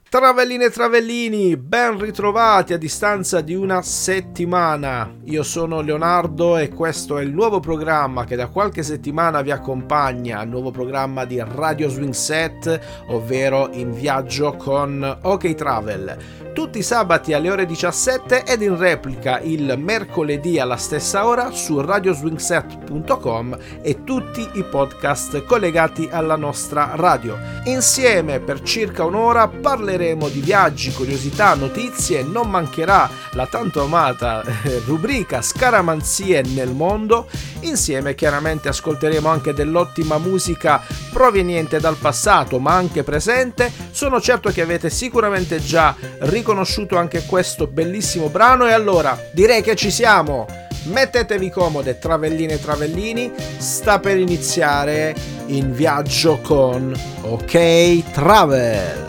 Travelline e travellini, ben ritrovati a distanza di una settimana. Io sono Leonardo e questo è il nuovo programma che da qualche settimana vi accompagna, il nuovo programma di Radio Swing Set, ovvero In Viaggio con OK Travel. Tutti i sabati alle ore 17 ed in replica il mercoledì alla stessa ora su radioswingset.com e tutti i podcast collegati alla nostra radio. Insieme per circa un'ora parleremo di viaggi, curiosità, notizie, non mancherà la tanto amata rubrica Scaramanzie nel mondo. Insieme chiaramente ascolteremo anche dell'ottima musica proveniente dal passato ma anche presente. Sono certo che avete sicuramente già riconosciuto anche questo bellissimo brano e allora direi che ci siamo. Mettetevi comode, travelline e travellini, sta per iniziare In Viaggio con OK Travel.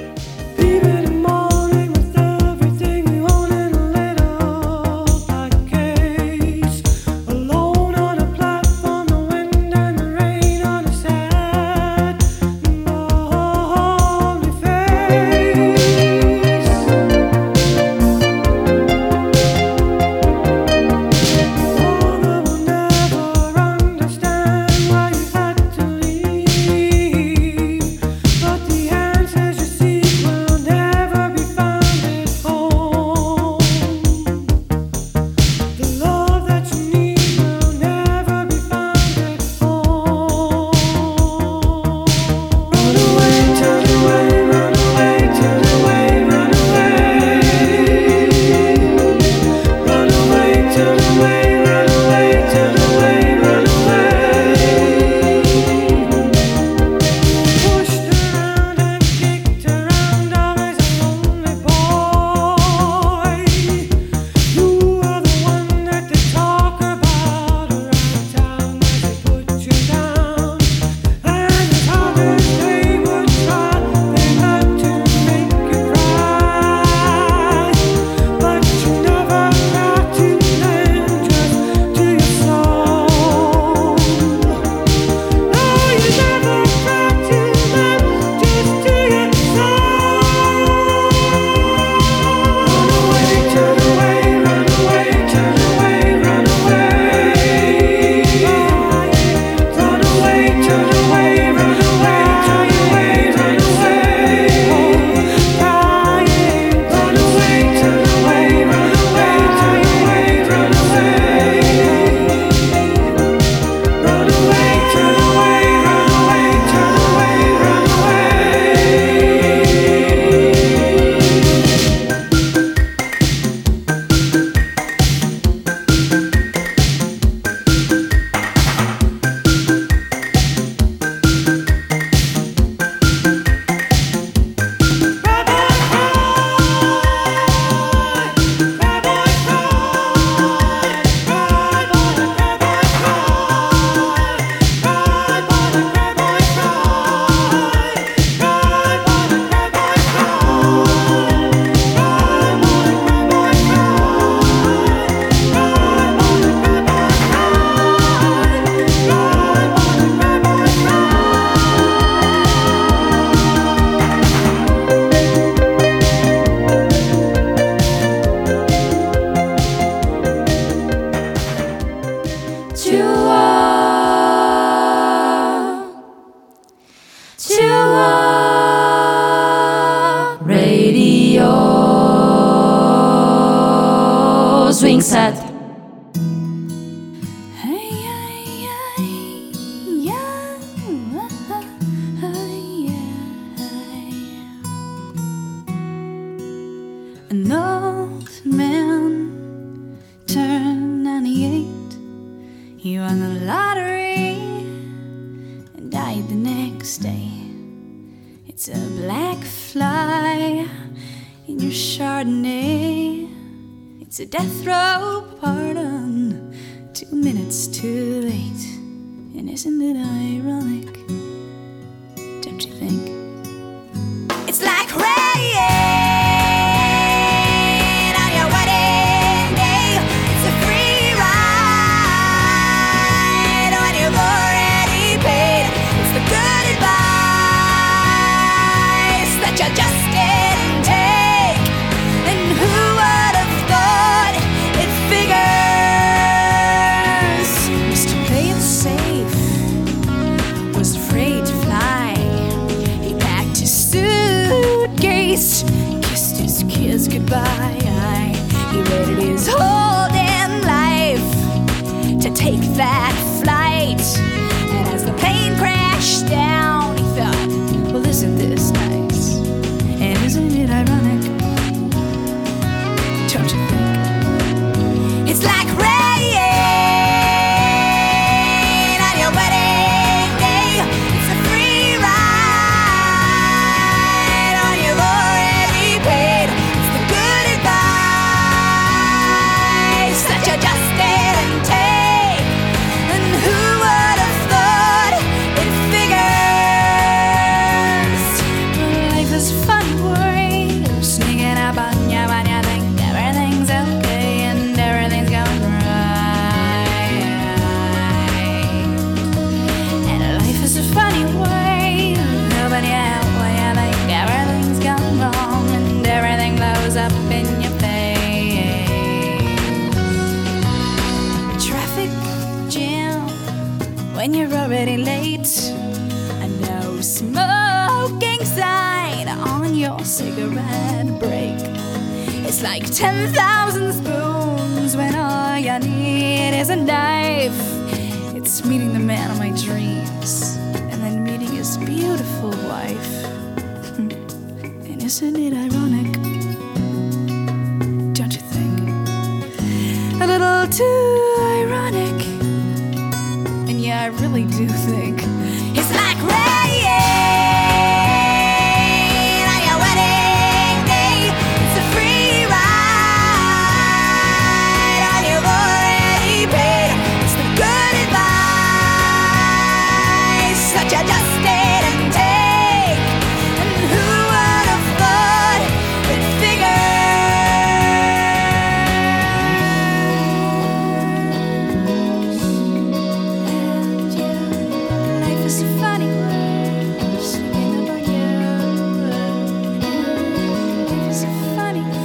Swing Set. An old man turned 98. He won the lottery and died the next day. It's a black fly in your Chardonnay. It's a death row pardon, 2 minutes too late. And isn't it ironic? Don't you think? It's like rain on your wedding day. It's a free ride when you've already paid. It's the good advice that you're just getting face, kissed his kids goodbye. He waited his whole damn life to take that flight. And as the plane crashed down, he thought, well, isn't this nice? And isn't it ironic? Don't you think? It's like rain on your wedding day. It's a free ride on your already paid. It's the good advice that you just didn't take. And who would have thought it figures? Life is a funny way of sneaking up on you when you think everything's okay and everything's going right. And life is a funny way of helping you out when you think everything's gone wrong and everything blows up in your face. Traffic jam when you're already late. A no smoking sign on your cigarette break. It's like 10,000 spoons when all you need is a knife. It's meeting the man of my dreams and then meeting his beautiful wife. And isn't it ironic? Don't you think? A little too ironic. And yeah, I really do think it's like rain on your wedding day. It's a free ride on your already paid. It's the good advice that you just didn't take. And who would have thought it figures? And yeah, life is a funny way of sneaking up on you. Life is a funny way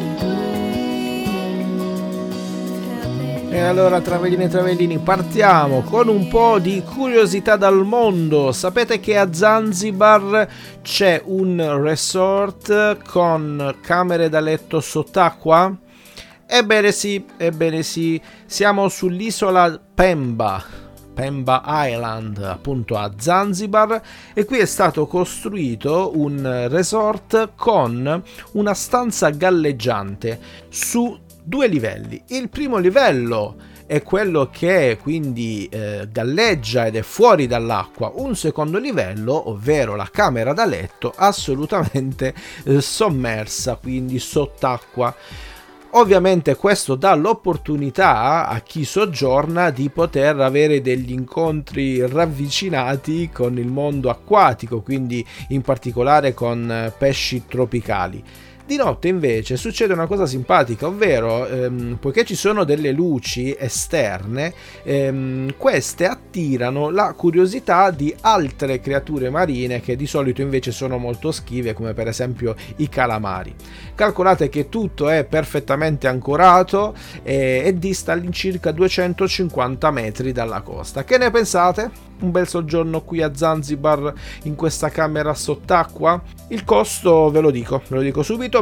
of helping. E allora, travellini e travellini, partiamo con un po' di curiosità dal mondo. Sapete che a Zanzibar c'è un resort con camere da letto sott'acqua? Ebbene sì, siamo sull'isola Pemba Island, appunto a Zanzibar, e qui è stato costruito un resort con una stanza galleggiante su 2 livelli. Il primo livello è quello che quindi galleggia ed è fuori dall'acqua. Un secondo livello, ovvero la camera da letto, assolutamente sommersa, quindi sott'acqua. Ovviamente questo dà l'opportunità a chi soggiorna di poter avere degli incontri ravvicinati con il mondo acquatico, quindi in particolare con pesci tropicali. Di notte invece succede una cosa simpatica, ovvero poiché ci sono delle luci esterne, queste attirano la curiosità di altre creature marine che di solito invece sono molto schive, come per esempio i calamari. Calcolate che tutto è perfettamente ancorato e dista all'incirca 250 metri dalla costa. Che ne pensate? Un bel soggiorno qui a Zanzibar in questa camera sott'acqua? Il costo ve lo dico subito: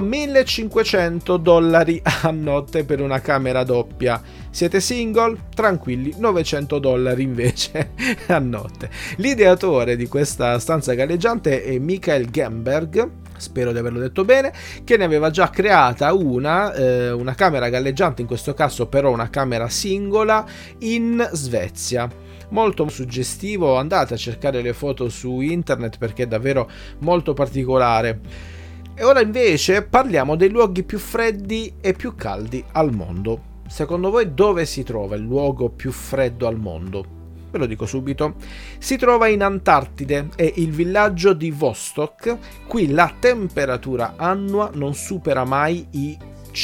$1.500 a notte per una camera doppia. Siete single? Tranquilli, $900 invece a notte. L'ideatore di questa stanza galleggiante è Michael Gemberg, spero di averlo detto bene, che ne aveva già creata una camera galleggiante, in questo caso però una camera singola, in Svezia. Molto suggestivo, andate a cercare le foto su internet perché è davvero molto particolare. E ora invece parliamo dei luoghi più freddi e più caldi al mondo. Secondo voi dove si trova il luogo più freddo al mondo? Ve lo dico subito. Si trova in Antartide, è il villaggio di Vostok. Qui la temperatura annua non supera mai i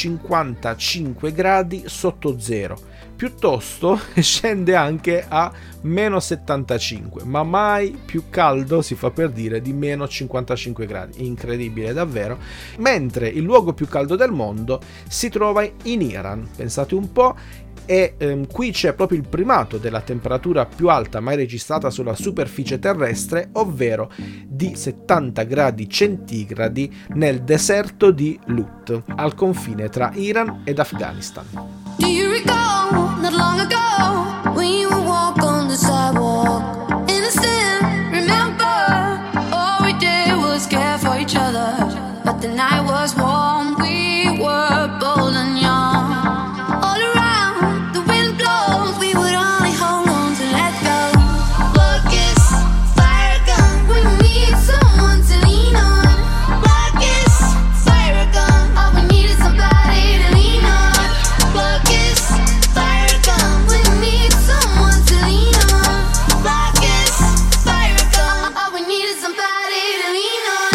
55 gradi sotto zero. Piuttosto scende anche a meno 75, ma mai più caldo, si fa per dire, di meno 55 gradi. Incredibile davvero. Mentre il luogo più caldo del mondo si trova in Iran. Pensate un po', e qui c'è proprio il primato della temperatura più alta mai registrata sulla superficie terrestre, ovvero di 70 gradi centigradi nel deserto di Lut, al confine tra Iran ed Afghanistan. Do you recall not long ago when you would walk on the sidewalk? Innocent, remember, all we did was care for each other. But the night was warm, we were bold and young. All around, the wind blows, we would only hold on to let go. Blackest fire gun, we need someone to lean on. Blackest fire gun, all we need is somebody to lean on. Blackest fire gun, we need someone to lean on. Blackest fire gun, all we need is somebody to lean on.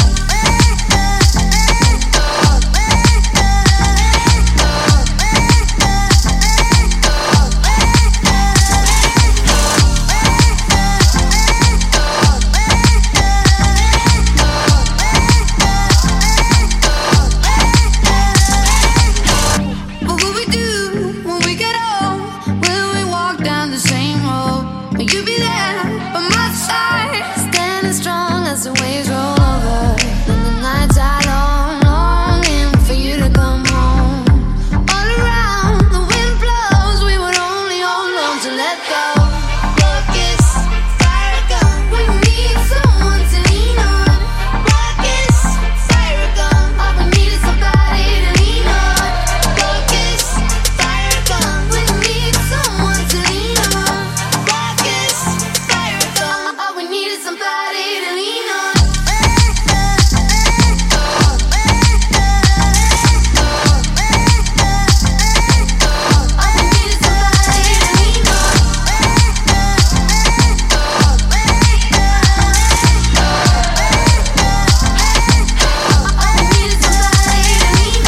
What will we do when we get old? Will we walk down the same road? Will you be there by my side? Standing strong as the waves roll over. And the nights are long, longing for you to come home. All around, the wind blows, we would only hold on to let go. Blackest fire gun, we need someone to lean on. Blackest fire gun, all we need is somebody to lean on. Blackest fire gun, we need someone to lean on. Blackest fire gun, all we need is somebody to lean on. All we need is somebody to lean on. All we need is somebody to lean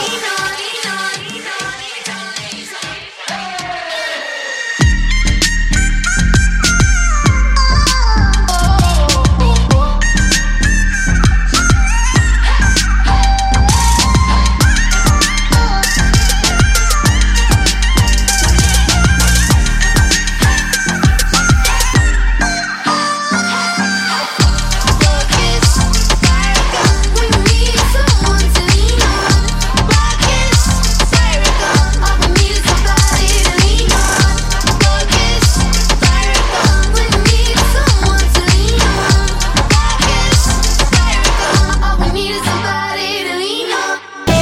Blackest fire gun, we need someone to lean on. Blackest fire gun, all we need is somebody to lean on. Blackest fire gun, we need someone to lean on. Blackest fire gun, all we need is somebody to lean on.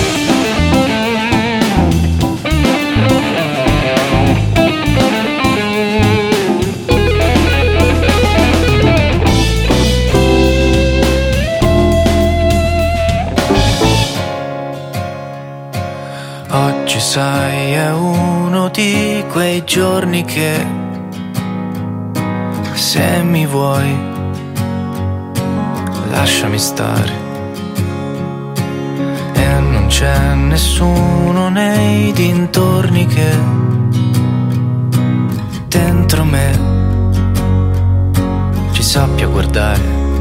Oggi sai è uno di quei giorni che se mi vuoi lasciami stare e non c'è nessuno nei dintorni che dentro me ci sappia guardare.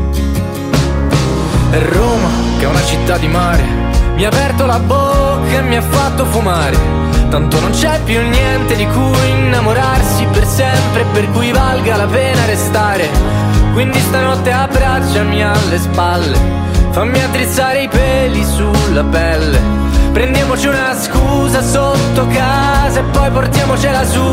E Roma, che è una città di mare, mi ha aperto la bocca e mi ha fatto fumare. Tanto non c'è più niente di cui innamorarsi per sempre, per cui valga la pena restare. Quindi stanotte abbracciami alle spalle, fammi addrizzare i peli sulla pelle. Prendiamoci una scusa sotto casa e poi portiamocela su.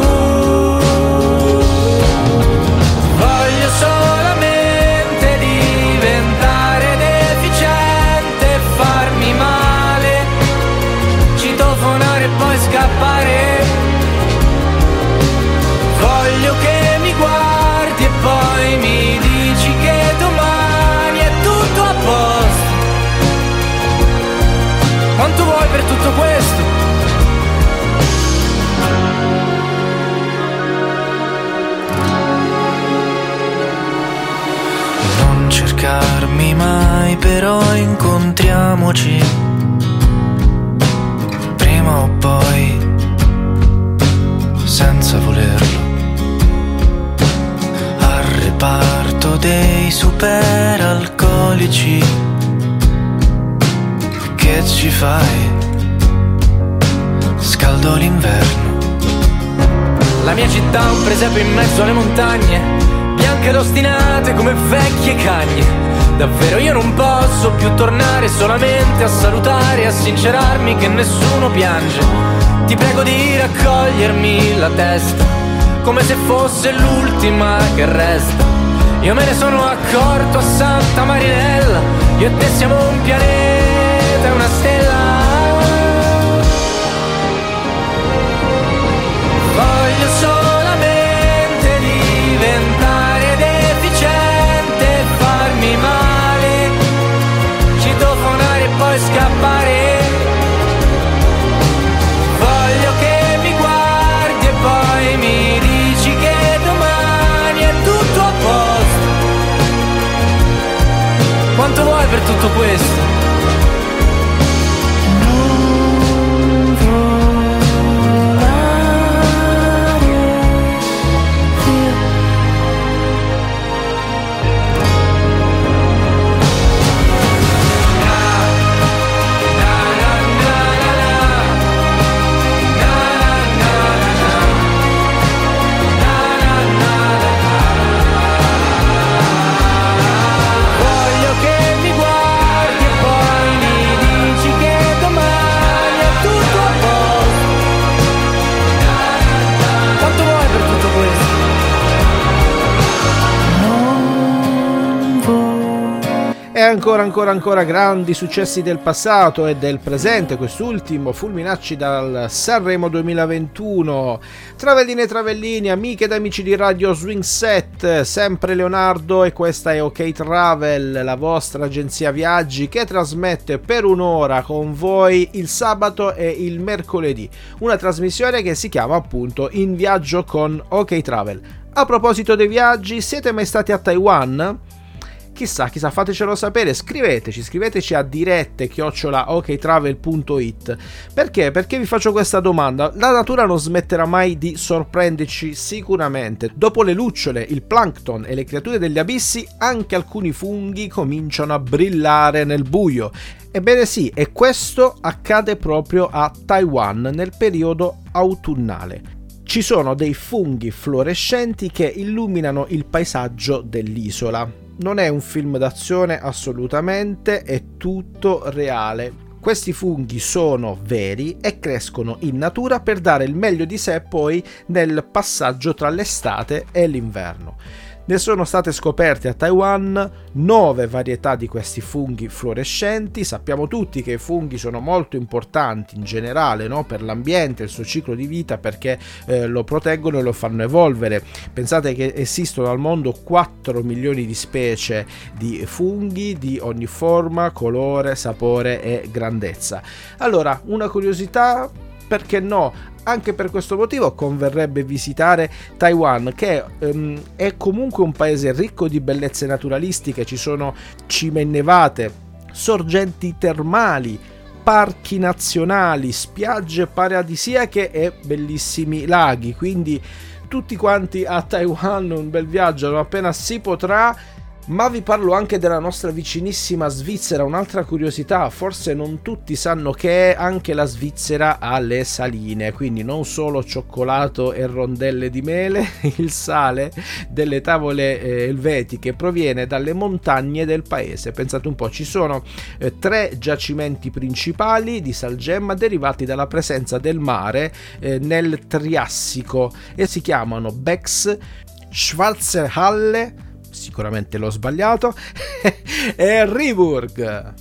Voglio solamente diventare deficiente e farmi male, citofonare e poi scappare. Voglio che mi guardi e poi mi dici che domani è tutto a posto. Quanto vuoi per tutto questo? Non cercarmi mai, però incontriamoci prima o poi, senza volerlo, al reparto dei superalcolici. Che ci fai? Scaldo l'inverno La mia città è un presepe in mezzo alle montagne, bianche ed ostinate come vecchie cagne. Davvero io non posso più tornare solamente a salutare e a sincerarmi che nessuno piange. Ti prego di raccogliermi la testa, come se fosse l'ultima che resta. Io me ne sono accorto a Santa Marinella, io e te siamo un pianeta e una stella. Voglio solamente diventare deficiente e farmi male, citofonare e poi scappare. Voglio che mi guardi e poi mi dici che domani è tutto a posto. Quanto vuoi per tutto questo? E ancora grandi successi del passato e del presente, quest'ultimo fulminacci dal Sanremo 2021. Travelline e travellini, amiche ed amici di Radio Swing Set, sempre Leonardo e questa è OK Travel, la vostra agenzia viaggi che trasmette per un'ora con voi il sabato e il mercoledì, una trasmissione che si chiama appunto In Viaggio con OK Travel. A proposito dei viaggi, siete mai stati a Taiwan? Chissà, fatecelo sapere, scriveteci a dirette@oktravel.it. Perché? Perché vi faccio questa domanda. La natura non smetterà mai di sorprenderci sicuramente. Dopo le lucciole, il plankton e le creature degli abissi, anche alcuni funghi cominciano a brillare nel buio. Ebbene sì, e questo accade proprio a Taiwan nel periodo autunnale. Ci sono dei funghi fluorescenti che illuminano il paesaggio dell'isola. Non è un film d'azione assolutamente, è tutto reale. Questi funghi sono veri e crescono in natura per dare il meglio di sé poi nel passaggio tra l'estate e l'inverno. Ne sono state scoperte a Taiwan 9 varietà di questi funghi fluorescenti. Sappiamo tutti che i funghi sono molto importanti in generale, no? Per l'ambiente, il suo ciclo di vita, perché lo proteggono e lo fanno evolvere. Pensate che esistono al mondo 4 milioni di specie di funghi di ogni forma, colore, sapore e grandezza. Allora, una curiosità, perché no? Anche per questo motivo converrebbe visitare Taiwan, che è comunque un paese ricco di bellezze naturalistiche. Ci sono cime innevate, sorgenti termali, parchi nazionali, spiagge paradisiache e bellissimi laghi. Quindi tutti quanti a Taiwan, un bel viaggio non appena si potrà. Ma vi parlo anche della nostra vicinissima Svizzera, un'altra curiosità, forse non tutti sanno che anche la Svizzera ha le saline, quindi non solo cioccolato e rondelle di mele, il sale delle tavole elvetiche proviene dalle montagne del paese. Pensate un po', ci sono 3 giacimenti principali di salgemma derivati dalla presenza del mare nel Triassico e si chiamano Bex, Schwarzerhalle, sicuramente l'ho sbagliato, e Riburg.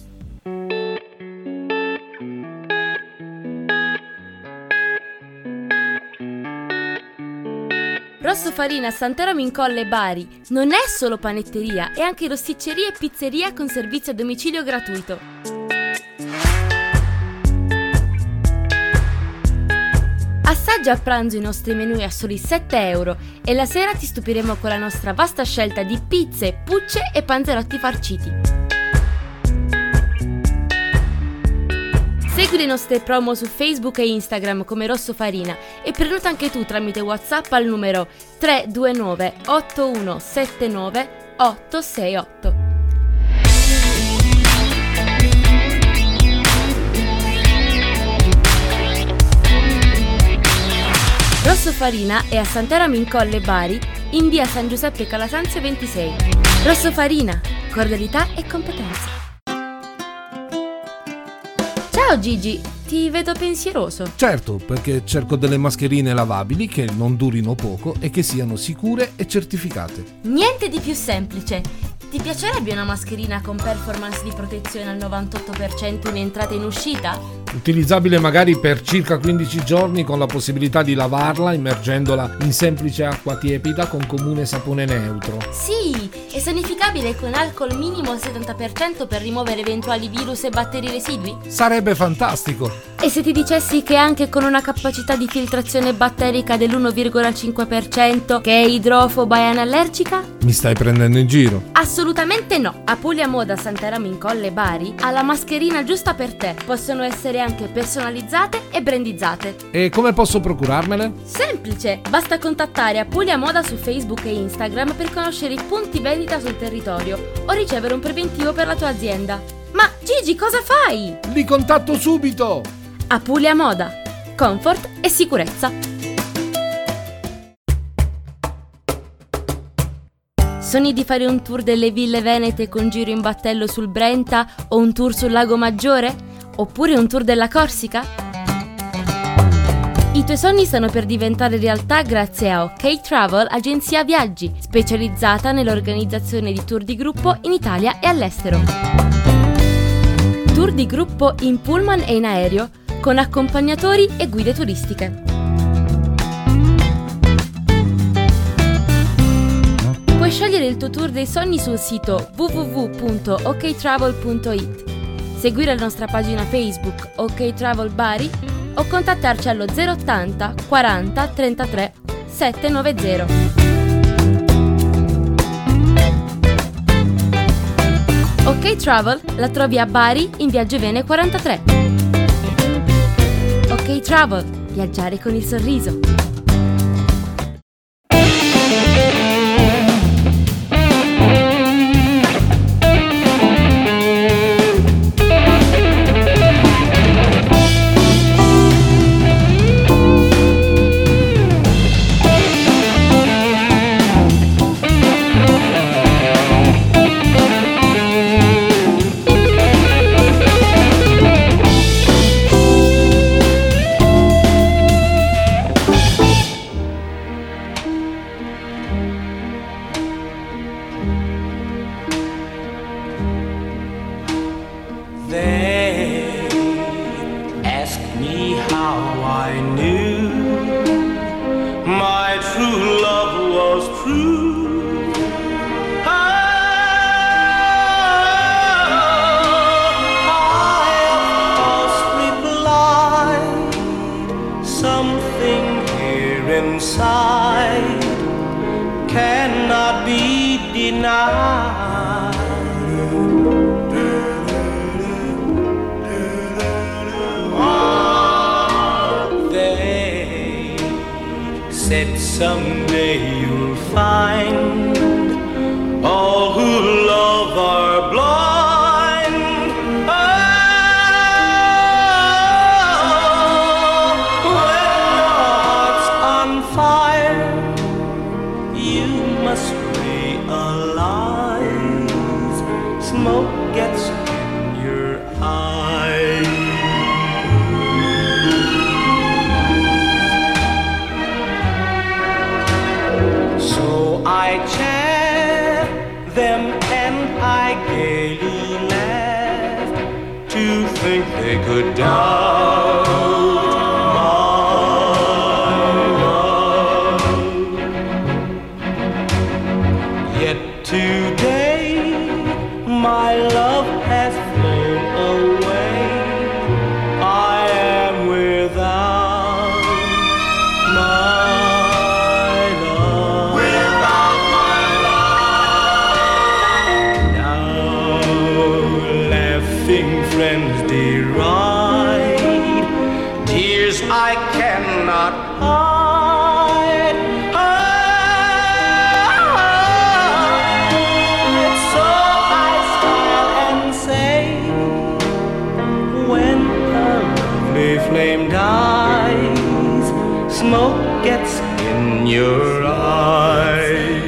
Rosso Farina Santeramo in Colle Bari non è solo panetteria, è anche rosticceria e pizzeria con servizio a domicilio gratuito. Assaggia a pranzo i nostri menù a soli 7 euro e la sera ti stupiremo con la nostra vasta scelta di pizze, pucce e panzerotti farciti. Segui le nostre promo su Facebook e Instagram come Rosso Farina e prenota anche tu tramite WhatsApp al numero 329 8179 868. Rosso Farina è a Santeramo in Colle Bari, in via San Giuseppe Calasanzio 26. Rosso Farina, cordialità e competenza. Ciao Gigi, ti vedo pensieroso. Certo, perché cerco delle mascherine lavabili che non durino poco e che siano sicure e certificate. Niente di più semplice. Ti piacerebbe una mascherina con performance di protezione al 98% in entrata e in uscita? Utilizzabile magari per circa 15 giorni con la possibilità di lavarla immergendola in semplice acqua tiepida con comune sapone neutro. Sì, e sanificabile con alcol minimo al 70% per rimuovere eventuali virus e batteri residui? Sarebbe fantastico! E se ti dicessi che anche con una capacità di filtrazione batterica dell'1,5% che è idrofoba e anallergica? Mi stai prendendo in giro? Assolutamente no! A Puglia Moda Santeramo in Colle Bari ha la mascherina giusta per te. Possono essere anche personalizzate e brandizzate. E come posso procurarmele? Semplice! Basta contattare Apulia Moda su Facebook e Instagram per conoscere i punti vendita sul territorio o ricevere un preventivo per la tua azienda. Ma Gigi, cosa fai? Li contatto subito! Apulia Moda, comfort e sicurezza. Sogni di fare un tour delle ville venete con giro in battello sul Brenta o un tour sul Lago Maggiore? Oppure un tour della Corsica? I tuoi sogni stanno per diventare realtà grazie a OK Travel, agenzia viaggi, specializzata nell'organizzazione di tour di gruppo in Italia e all'estero. Tour di gruppo in pullman e in aereo, con accompagnatori e guide turistiche. Puoi scegliere il tuo tour dei sogni sul sito www.oktravel.it, seguire la nostra pagina Facebook OK Travel Bari o contattarci allo 080 40 33 790. OK Travel la trovi a Bari in via Giovene 43. OK Travel, viaggiare con il sorriso. Inside cannot be denied. They said someday you'll find all who love are blind. Smoke gets in your eyes. So I chant them and I gaily laugh to think they could doubt my love. Yet today my love has flown away. I am without my love. Without my love. Now laughing friends deride tears I cannot hide. Flame dies, smoke gets in your eyes.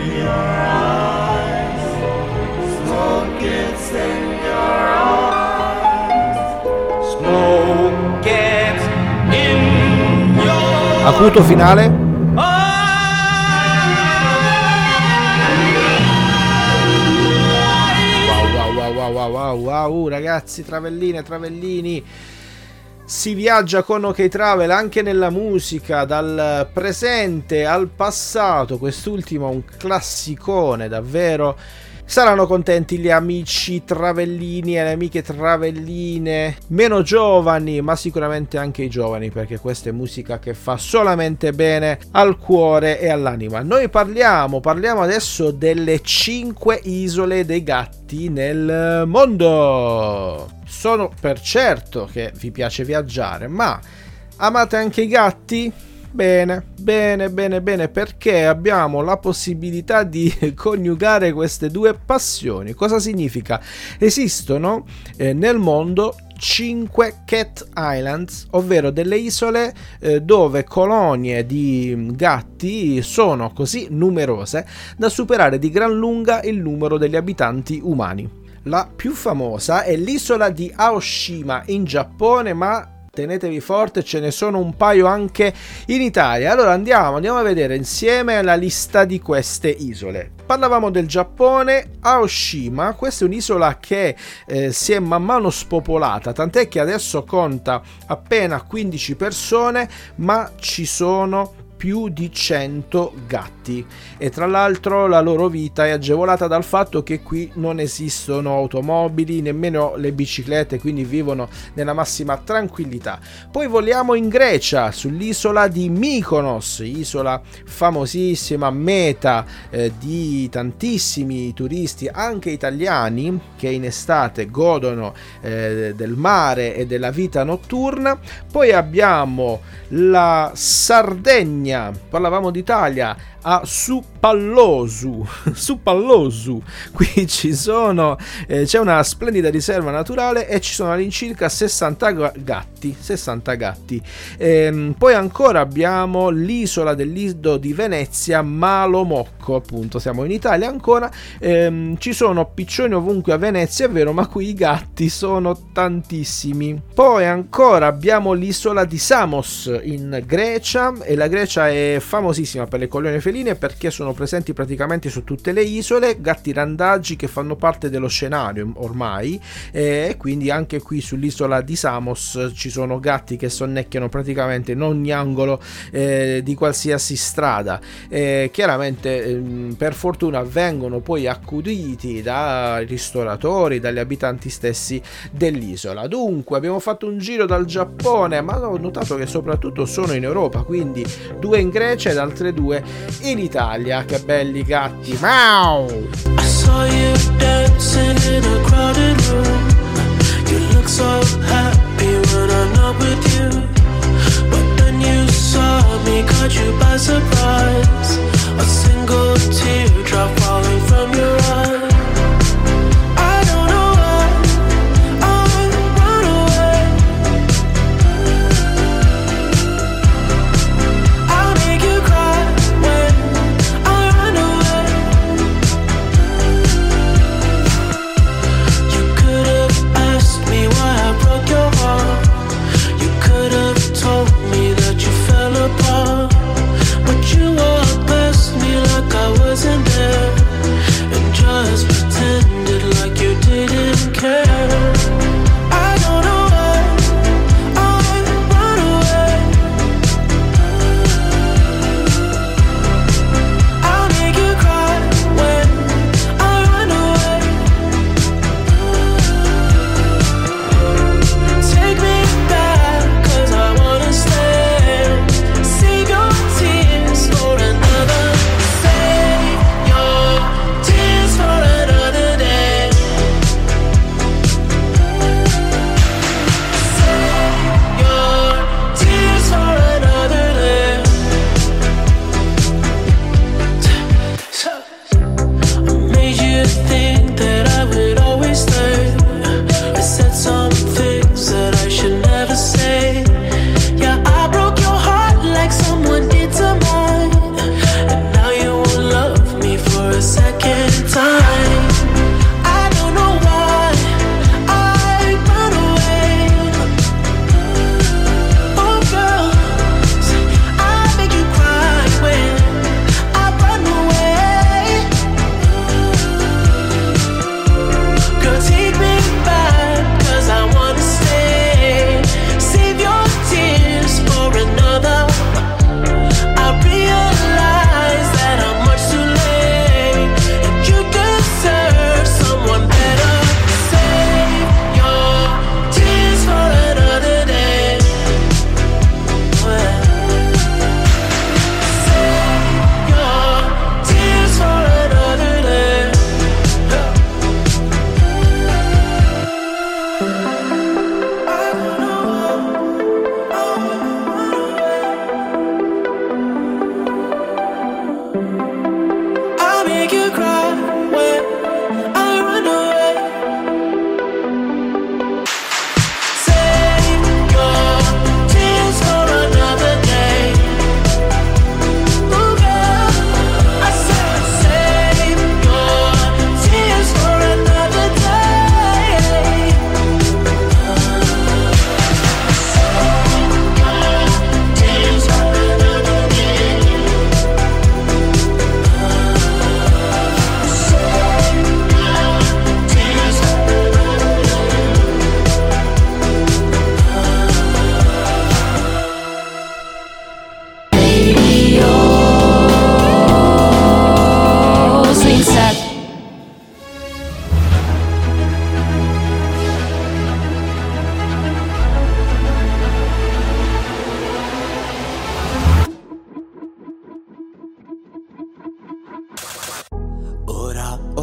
Smoke gets in your eyes. Smoke gets in your Acuto finale. Wow, ragazzi, travellini, si viaggia con OK Travel anche nella musica, dal presente al passato, quest'ultimo un classicone davvero. Saranno contenti gli amici travellini e le amiche travelline, meno giovani, ma sicuramente anche i giovani, perché questa è musica che fa solamente bene al cuore e all'anima. Noi parliamo adesso delle 5 isole dei gatti nel mondo. Sono per certo che vi piace viaggiare, ma amate anche i gatti? Bene, perché abbiamo la possibilità di coniugare queste due passioni. Cosa significa? Esistono nel mondo 5 Cat Islands, ovvero delle isole dove colonie di gatti sono così numerose da superare di gran lunga il numero degli abitanti umani. La più famosa è l'isola di Aoshima in Giappone, ma tenetevi forte, ce ne sono un paio anche in Italia. Allora andiamo a vedere insieme la lista di queste isole. Parlavamo del Giappone. Aoshima, questa è un'isola che si è man mano spopolata, tant'è che adesso conta appena 15 persone, ma ci sono più di 100 gatti, e tra l'altro la loro vita è agevolata dal fatto che qui non esistono automobili, nemmeno le biciclette, quindi vivono nella massima tranquillità. Poi voliamo in Grecia, sull'isola di Mykonos, isola famosissima, meta di tantissimi turisti, anche italiani, che in estate godono del mare e della vita notturna. Poi abbiamo la Sardegna, parlavamo d'Italia, a Supallosu. Qui c'è una splendida riserva naturale e ci sono all'incirca 60 gatti. Poi ancora abbiamo l'isola del Lido di Venezia, Malomocco, appunto siamo in Italia ancora. Ci sono piccioni ovunque a Venezia, è vero, ma qui i gatti sono tantissimi. Poi ancora abbiamo l'isola di Samos in Grecia, e la Grecia è famosissima per le colonie feline perché sono presenti praticamente su tutte le isole gatti randaggi che fanno parte dello scenario ormai, e quindi anche qui sull'isola di Samos ci sono gatti che sonnecchiano praticamente in ogni angolo di qualsiasi strada. Chiaramente per fortuna vengono poi accuditi dai ristoratori, dagli abitanti stessi dell'isola. Dunque abbiamo fatto un giro dal Giappone, ma ho notato che soprattutto sono in Europa, quindi 2 in Grecia ed altre 2 in Italia. Che belli gatti, miau! I saw you dancing in a crowded room. You look so happy when I'm not with you, but then you saw me, caught you by surprise. A single teardrop falling from your eye. Your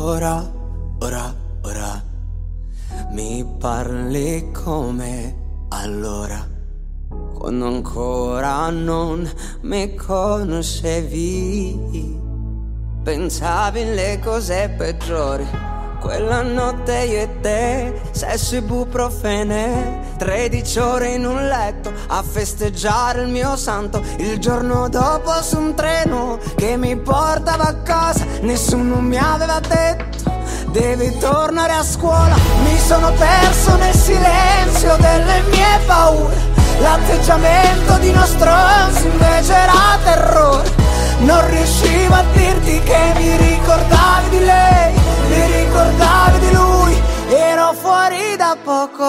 ora, ora, ora, mi parli come allora, quando ancora non mi conoscevi. Pensavi le cose peggiori, quella notte io e te, sesso ibuprofene, 13 ore in un letto a festeggiare il mio santo. Il giorno dopo su un treno che mi portava a casa, nessuno mi aveva detto devi tornare a scuola. Mi sono perso nel silenzio delle mie paure, l'atteggiamento di uno stronzo invece era terrore. Non riuscivo a dirti che mi ricordavi di lei, mi ricordavi di lui, ero fuori da poco.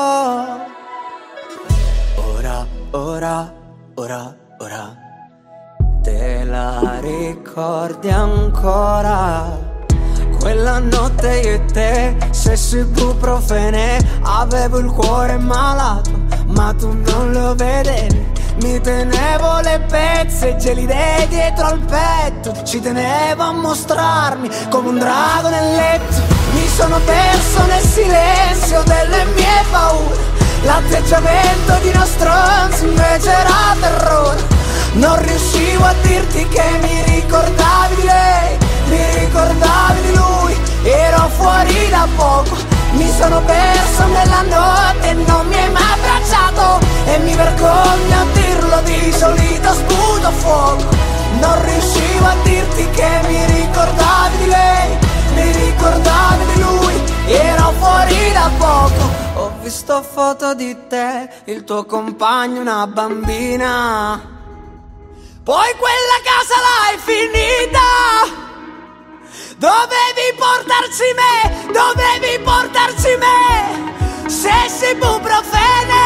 Ora, ora, ora, ora, te la ricordi ancora? Quella notte io e te, sesso ibuprofene, avevo il cuore malato, ma tu non lo vedevi. Mi tenevo le pezze gelide dietro al petto, ci tenevo a mostrarmi come un drago nel letto. Mi sono perso nel silenzio delle mie paure, l'atteggiamento di uno stronzo invece era terrore. Non riuscivo a dirti che mi ricordavi di lei, mi ricordavi di lui, ero fuori da poco. Mi sono perso nella notte e non mi hai mai abbracciato, e mi vergogno a dirlo, di solito sputo fuoco. Non riuscivo a dirti che mi ricordavi di lei, mi ricordavi di lui, ero fuori da poco. Ho visto foto di te, il tuo compagno, una bambina, poi quella casa l'hai finita. Dovevi portarci me, dovevi portarci me, sesso ibuprofene.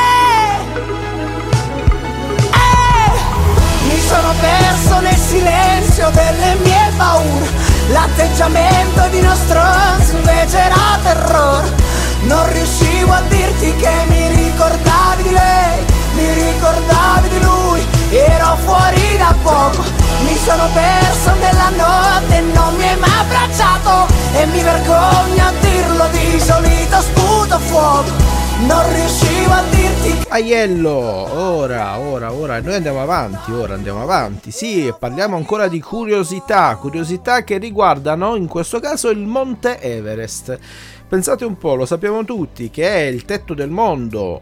Mi sono perso nel silenzio delle mie paure, l'atteggiamento di uno stronzo invece era terrore. Non riuscivo a dirti che mi ricordavi di lei, mi ricordavi di lui, ero fuori da poco. Mi sono perso nella notte e non mi hai mai abbracciato, e mi vergogno a dirlo, di solito sputo fuoco. Non riuscivo a dirti. Aiello, ora, noi andiamo avanti, sì, parliamo ancora di curiosità che riguardano in questo caso il Monte Everest. Pensate un po', lo sappiamo tutti che è il tetto del mondo,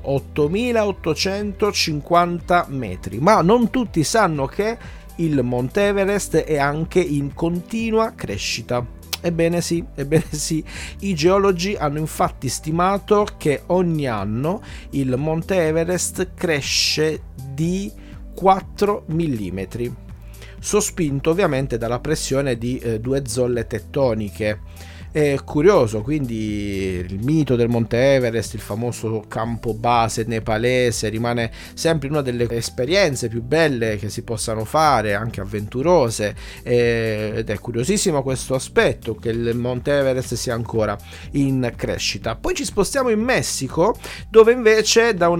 8.850 metri, ma non tutti sanno che il Monte Everest è anche in continua crescita. Ebbene sì, i geologi hanno infatti stimato che ogni anno il Monte Everest cresce di 4 mm, sospinto ovviamente dalla pressione di due zolle tettoniche. È curioso, quindi il mito del Monte Everest, il famoso campo base nepalese, rimane sempre una delle esperienze più belle che si possano fare, anche avventurose, ed è curiosissimo questo aspetto, che il Monte Everest sia ancora in crescita. Poi ci spostiamo in Messico, dove invece da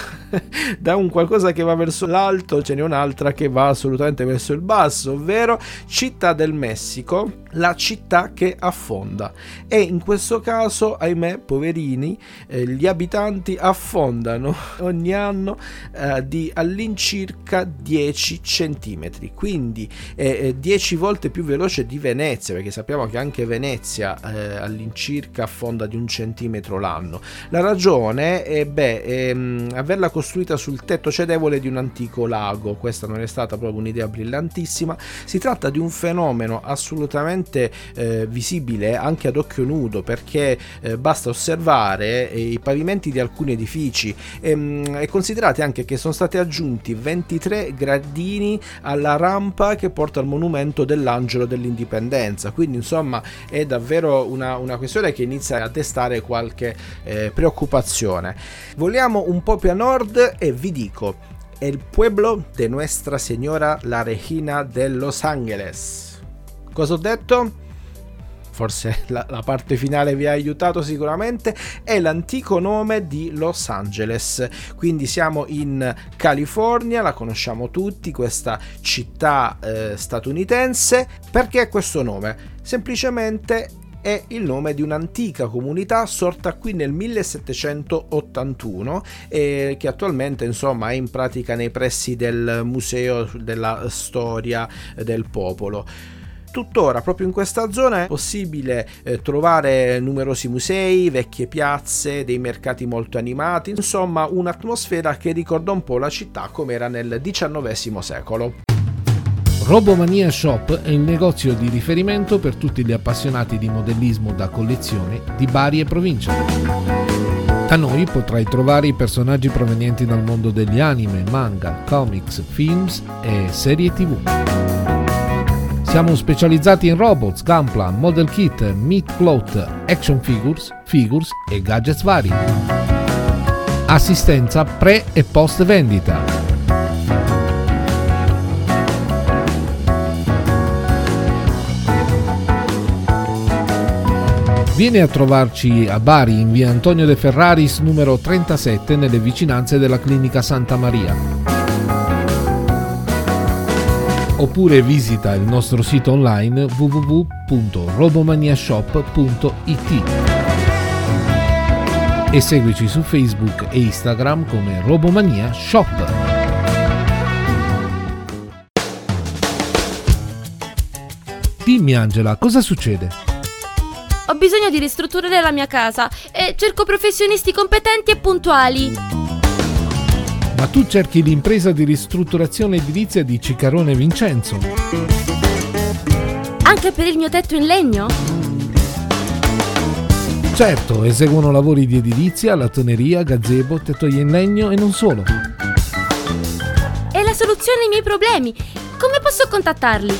un qualcosa che va verso l'alto ce n'è un'altra che va assolutamente verso il basso, ovvero Città del Messico, la città che affonda. E in questo caso, ahimè, poverini, gli abitanti affondano ogni anno di all'incirca 10 centimetri, quindi 10 volte più veloce di Venezia, perché sappiamo che anche Venezia all'incirca affonda di 1 centimetro l'anno. La ragione è averla costruita sul tetto cedevole di un antico lago. Questa non è stata proprio un'idea brillantissima. Si tratta di un fenomeno assolutamente visibile anche ad occhio nudo, perché basta osservare i pavimenti di alcuni edifici e considerate anche che sono stati aggiunti 23 gradini alla rampa che porta al monumento dell'Angelo dell'Indipendenza, quindi insomma è davvero una questione che inizia a destare qualche preoccupazione. Voliamo un po' più a nord e vi dico, è il pueblo de Nuestra Señora la Regina de Los Ángeles. Cosa ho detto? Forse la parte finale vi ha aiutato sicuramente. È l'antico nome di Los Angeles, quindi siamo in California, la conosciamo tutti questa città statunitense. Perché questo nome? Semplicemente è il nome di un'antica comunità sorta qui nel 1781 e che attualmente insomma è in pratica nei pressi del Museo della Storia del Popolo. Tuttora proprio in questa zona è possibile trovare numerosi musei, vecchie piazze, dei mercati molto animati, insomma un'atmosfera che ricorda un po' la città come era nel XIX secolo. Robomania Shop è il negozio di riferimento per tutti gli appassionati di modellismo da collezione di Bari e provincia. Da noi potrai trovare i personaggi provenienti dal mondo degli anime, manga, comics, films e serie TV. Siamo specializzati in robots, gunpla, model kit, meat cloth, action figures e gadgets vari. Assistenza pre e post vendita. Vieni a trovarci a Bari in via Antonio De Ferraris numero 37 nelle vicinanze della clinica Santa Maria. Oppure visita il nostro sito online www.robomaniashop.it e seguici su Facebook e Instagram come Robomania Shop. Dimmi Angela, cosa succede? Ho bisogno di ristrutturare la mia casa e cerco professionisti competenti e puntuali. Ma tu cerchi l'impresa di ristrutturazione edilizia di Ciccarone Vincenzo. Anche per il mio tetto in legno? Certo, eseguono lavori di edilizia, lattoneria, gazebo, tettoie in legno e non solo. È la soluzione ai miei problemi. Come posso contattarli?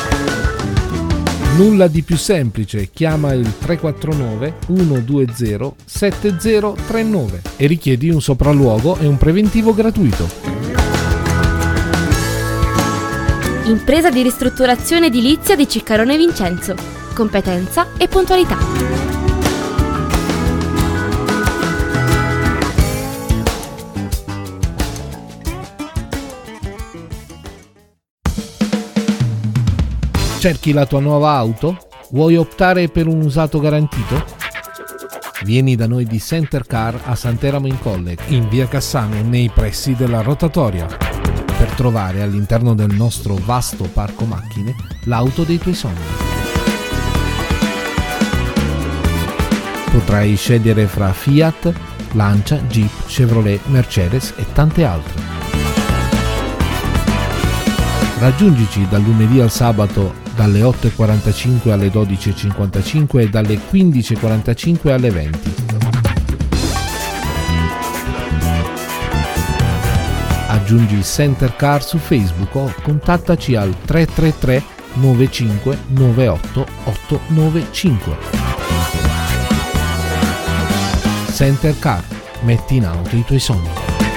Nulla di più semplice, chiama il 349 120 7039 e richiedi un sopralluogo e un preventivo gratuito. Impresa di ristrutturazione edilizia di Ciccarone Vincenzo. Competenza e puntualità. Cerchi la tua nuova auto? Vuoi optare per un usato garantito? Vieni da noi di Center Car a Sant'Eramo in Colle, in via Cassano, nei pressi della rotatoria, per trovare all'interno del nostro vasto parco macchine l'auto dei tuoi sogni. Potrai scegliere fra Fiat, Lancia, Jeep, Chevrolet, Mercedes e tante altre. Raggiungici dal lunedì al sabato dalle 8:45 alle 12:55 e dalle 15:45 alle 20. Aggiungi Center Car su Facebook o contattaci al 333 95 98 895. Center Car, metti in auto i tuoi sogni.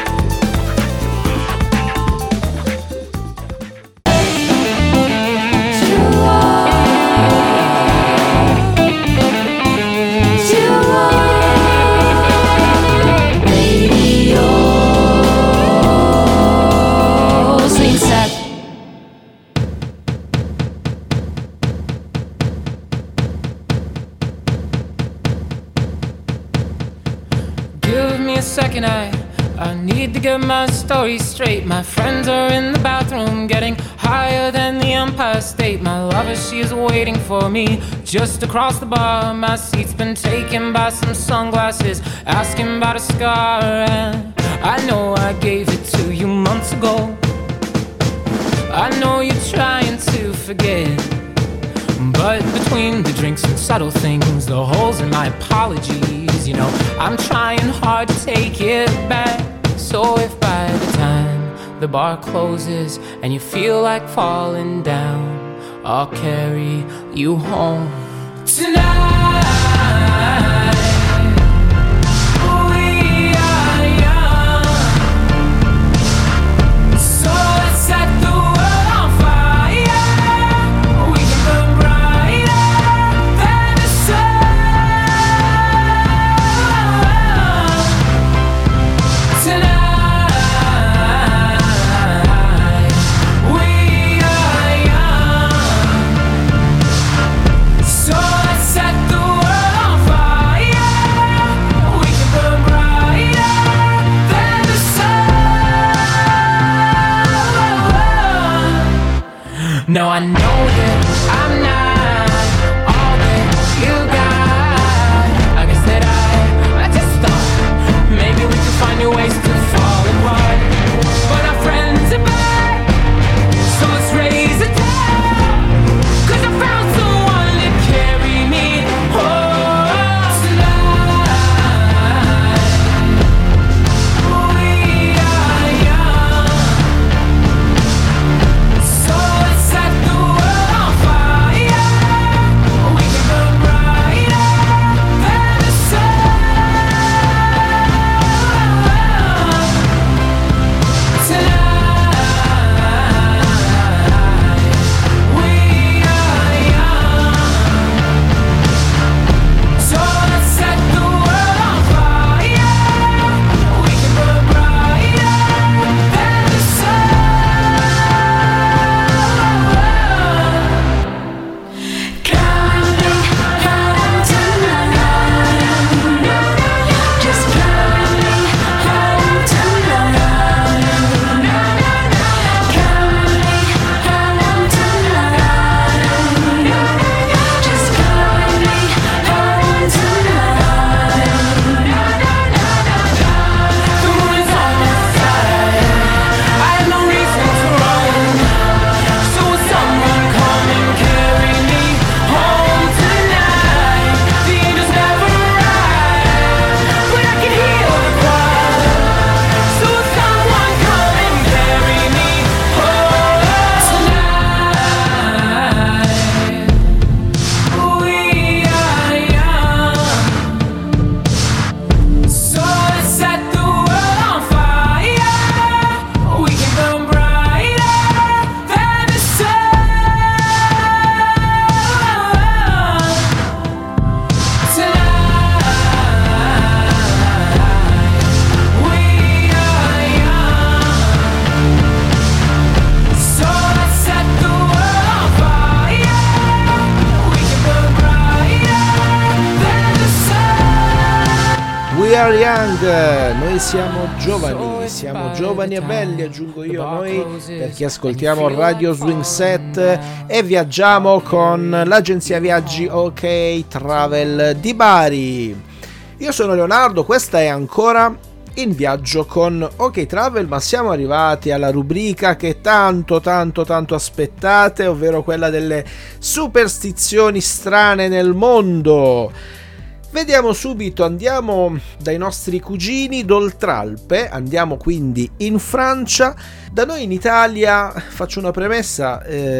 Second, I need to get my story straight. My friends are in the bathroom getting higher than the Empire State. My lover, she is waiting for me just across the bar. My seat's been taken by some sunglasses, asking about a scar. And I know I gave it to you months ago. I know you're trying to forget, but between the drinks and subtle things, the holes in my apologies, you know, I'm trying hard to take it back. So if by the time the bar closes and you feel like falling down, I'll carry you home tonight. Set the No, I know that I'm not all that you got. I guess that I just thought maybe we could find new ways to fall apart. But our friends are back, so let's raise a town. 'Cause I found someone to carry me home tonight. We are young, so let's set the world on fire. We can burn brighter than the sun tonight. We are young, so let's set the world on fire. We can burn brighter than the sun. Coming home tonight. Just coming home tonight. Coming home tonight. Just coming home tonight. The moon is on my side. I have no reason to run. So will someone come and carry me home tonight? The angels never arrive, but I can hear the choir. So will someone come and carry me home tonight? We are young, so let's set the world on fire. We can burn brighter than the sun tonight. We are young, so let's set the world on fire. We can burn brighter than the sun. We are young, noi siamo giovani e belli, aggiungo io, noi, perché ascoltiamo Radio Swing Set e viaggiamo con l'agenzia viaggi OK Travel di Bari. Io sono Leonardo, questa è ancora In Viaggio con OK Travel, ma siamo arrivati alla rubrica che tanto aspettate, ovvero quella delle superstizioni strane nel mondo. Vediamo subito, andiamo dai nostri cugini d'Oltralpe, andiamo quindi in Francia. Da noi in Italia, faccio una premessa,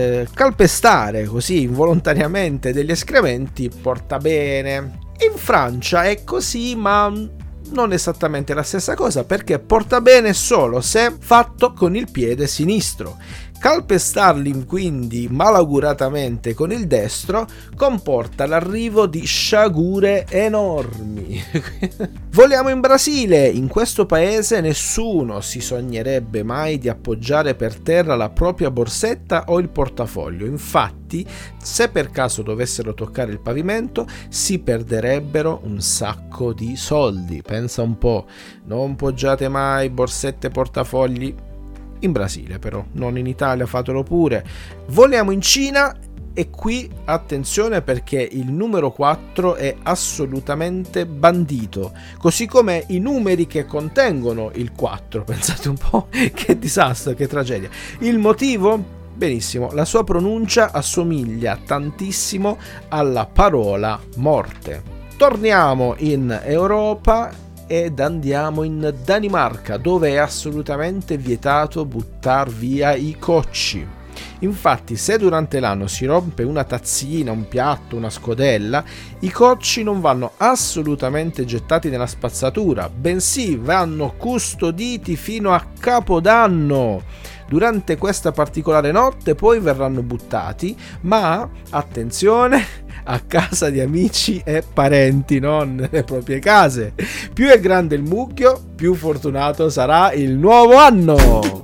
calpestare così involontariamente degli escrementi porta bene. In Francia è così, ma non esattamente la stessa cosa, perché porta bene solo se fatto con il piede sinistro. Calpestarli quindi malauguratamente con il destro comporta l'arrivo di sciagure enormi. Voliamo in Brasile. In questo paese nessuno si sognerebbe mai di appoggiare per terra la propria borsetta o il portafoglio. Infatti, se per caso dovessero toccare il pavimento, si perderebbero un sacco di soldi. Pensa un po', non poggiate mai borsette e portafogli in Brasile, però non in Italia, fatelo pure. Voliamo in Cina e qui attenzione, perché il numero 4 è assolutamente bandito, così come i numeri che contengono il 4. Pensate un po' che disastro, che tragedia. Il motivo? Benissimo, la sua pronuncia assomiglia tantissimo alla parola morte. Torniamo in Europa ed andiamo in Danimarca, dove è assolutamente vietato buttar via i cocci. Infatti, se durante l'anno si rompe una tazzina, un piatto, una scodella, i cocci non vanno assolutamente gettati nella spazzatura, bensì vanno custoditi fino a Capodanno. Durante questa particolare notte poi verranno buttati, ma attenzione, a casa di amici e parenti, non nelle proprie case. Più è grande il mucchio, più fortunato sarà il nuovo anno.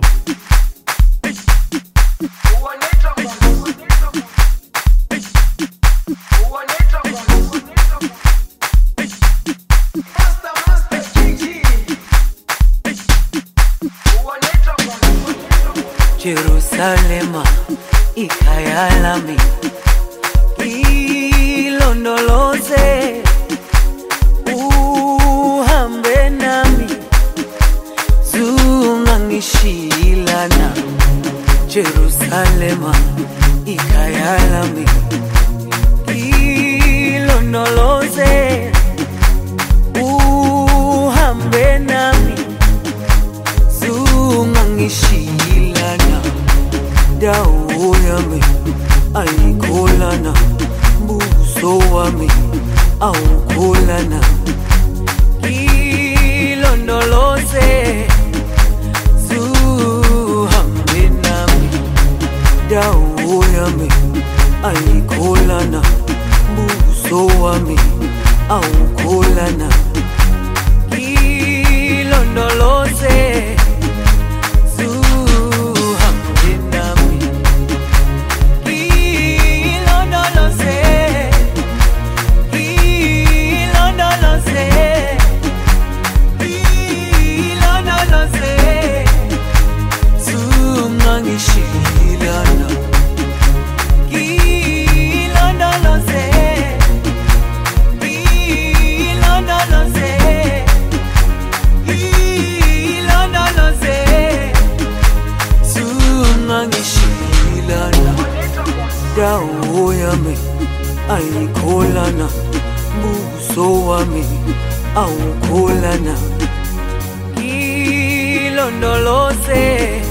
Jerusalema, ikayalami ilondoloze uhambe nami zungangishilana Jerusalema ikayalami ilondoloze uhambe nami zungangishilana dawo yami ayikholana buso wami awukholana ilondoloze zuhambe nami dawo yami ayikholana buso wami awukholana ilondoloze zuhambe nami ilondoloze ilondoloze ilondoloze zungangishilana ilondoloze ilondoloze ilondoloze zungangishilana dawo yami ayikholana buso wami awukholana ilondoloze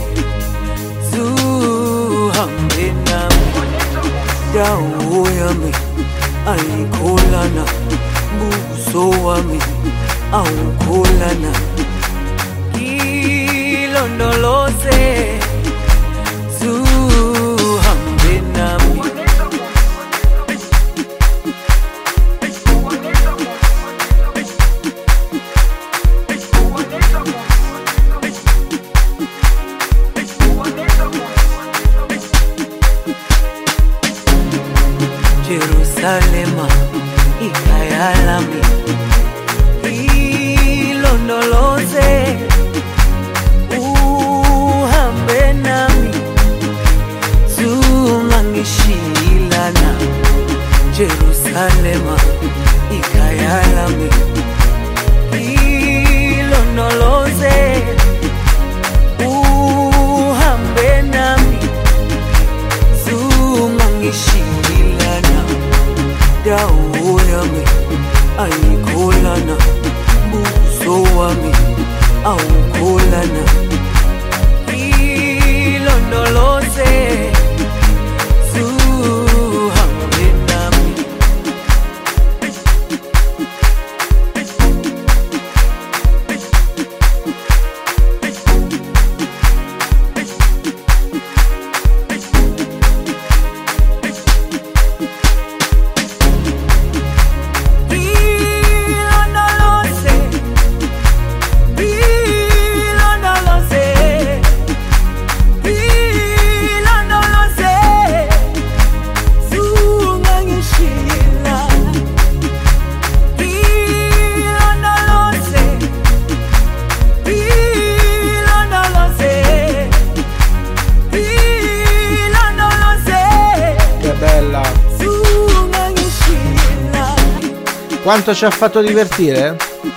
zuhambe nami dawo yami ayikholana buso wami awukholana ilondoloze zuhambe nami Jerusalema ikayalami ilondoloze uhambe nami zungangishilana Jerusalema ikayalami ilondoloze uhambe nami zungangishilana dawo yami ayikholana buso wami awukholana ilondoloze zuhambe nami Quanto ci ha fatto divertire?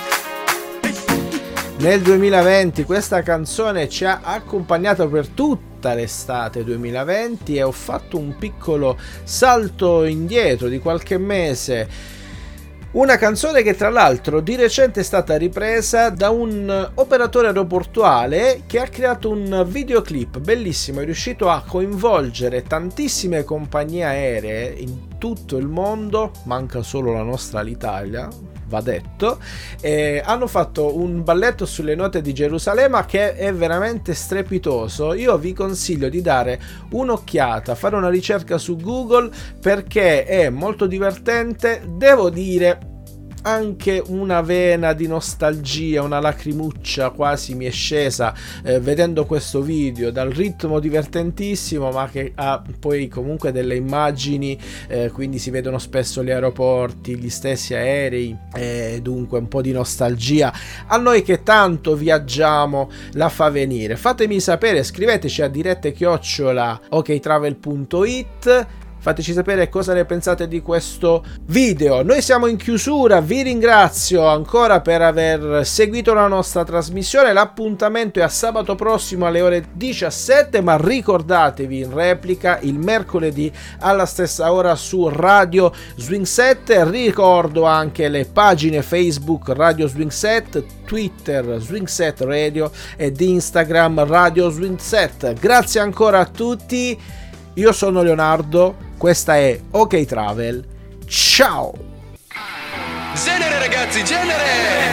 Nel 2020 questa canzone ci ha accompagnato per tutta l'estate 2020 e ho fatto un piccolo salto indietro di qualche mese. Una canzone che tra l'altro di recente è stata ripresa da un operatore aeroportuale che ha creato un videoclip bellissimo, è riuscito a coinvolgere tantissime compagnie aeree in tutto il mondo, manca solo la nostra Alitalia, va detto, e hanno fatto un balletto sulle note di Gerusalemme che è veramente strepitoso. Io vi consiglio di dare un'occhiata, fare una ricerca su Google perché è molto divertente. Devo dire anche una vena di nostalgia, una lacrimuccia quasi mi è scesa vedendo questo video, dal ritmo divertentissimo, ma che ha poi comunque delle immagini, quindi si vedono spesso gli aeroporti, gli stessi aerei, dunque un po' di nostalgia a noi che tanto viaggiamo la fa venire. Fatemi sapere, scriveteci a dirette@oktravel.it. Fateci sapere cosa ne pensate di questo video. Noi siamo in chiusura, vi ringrazio ancora per aver seguito la nostra trasmissione. L'appuntamento è a sabato prossimo alle ore 17, ma ricordatevi in replica il mercoledì alla stessa ora su Radio Swing Set. Ricordo anche le pagine Facebook Radio Swing Set, Twitter Swing Set Radio ed Instagram Radio Swing Set. Grazie ancora a tutti. Io sono Leonardo, questa è OK Travel. Ciao! Genere ragazzi, genere!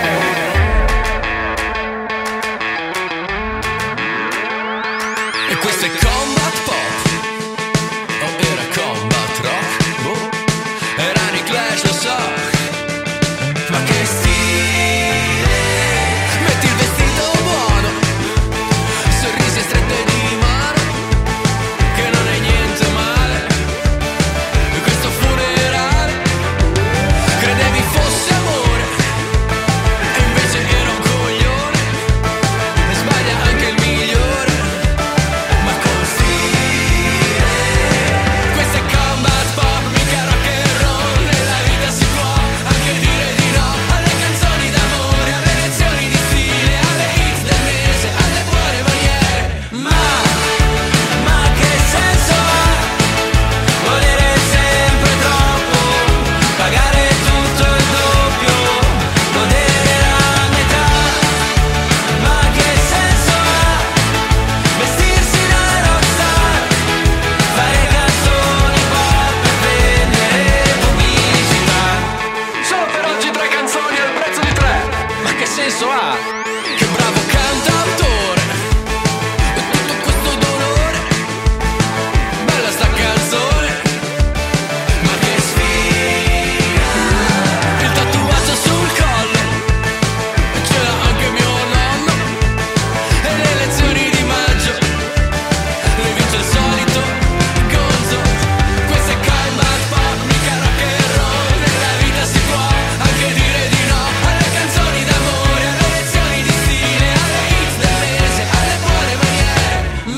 E questo è Combat Pop. O era Combat Rock? Boh. Erano i Clash, lo so. Ma che stile! Metti il vestito buono, sorrisi e strette di mano, che non è niente male. E questo funerale credevi fosse amore, e invece era un coglione. E sbaglia anche il migliore, ma con stile. Questo è Combat Pop, mica rock and roll. Nella vita si può anche dire di no alle canzoni d'amore, alle lezioni di stile, alle hit del mese, alle buone maniere. Ma che senso ha volere sempre troppo, pagare tutto il doppio, godere la metà? Ma che senso ha vestirsi da rockstar, fare canzoni pop per vendere pubblicità? Solo per oggi 3 canzoni al prezzo di 3. Ma che senso ha? Che bravo cantautore, e tutto questo dolore. Bella sta canzone, ma che sfiga. Il tatuaggio sul collo, e ce l'ha anche mio nonno. E le lezioni di maggio, le vince il solito gonzo. Questo è Combat Pop, mica rock and roll. Nella vita si può anche dire di no alle canzoni d'amore, alle lezioni di stile, alle hit del mese, alle buone maniere.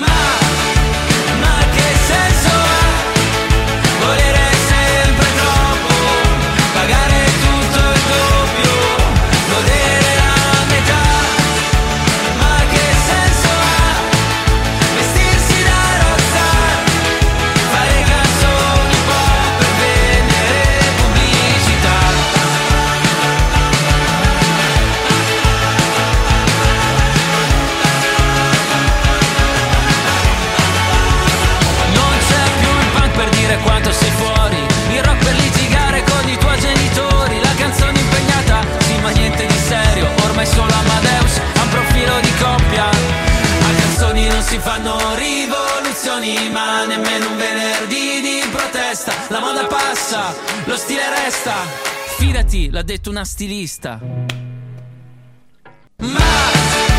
Ma che senso ha volere sempre troppo, pagare tutto il doppio, godere la metà? Ma che senso ha vestirsi da rockstar, fare canzoni pop per vendere pubblicità? Non c'è più il punk per dire quanto sei fuori, il rock per litigare con i tuoi genitori, la canzone impegnata, sì ma niente di serio, ormai solo Amadeus ha un profilo di coppia. A canzoni non si fanno rivoluzioni, ma nemmeno un venerdì di protesta. La moda passa, lo stile resta, fidati, l'ha detto una stilista. Ma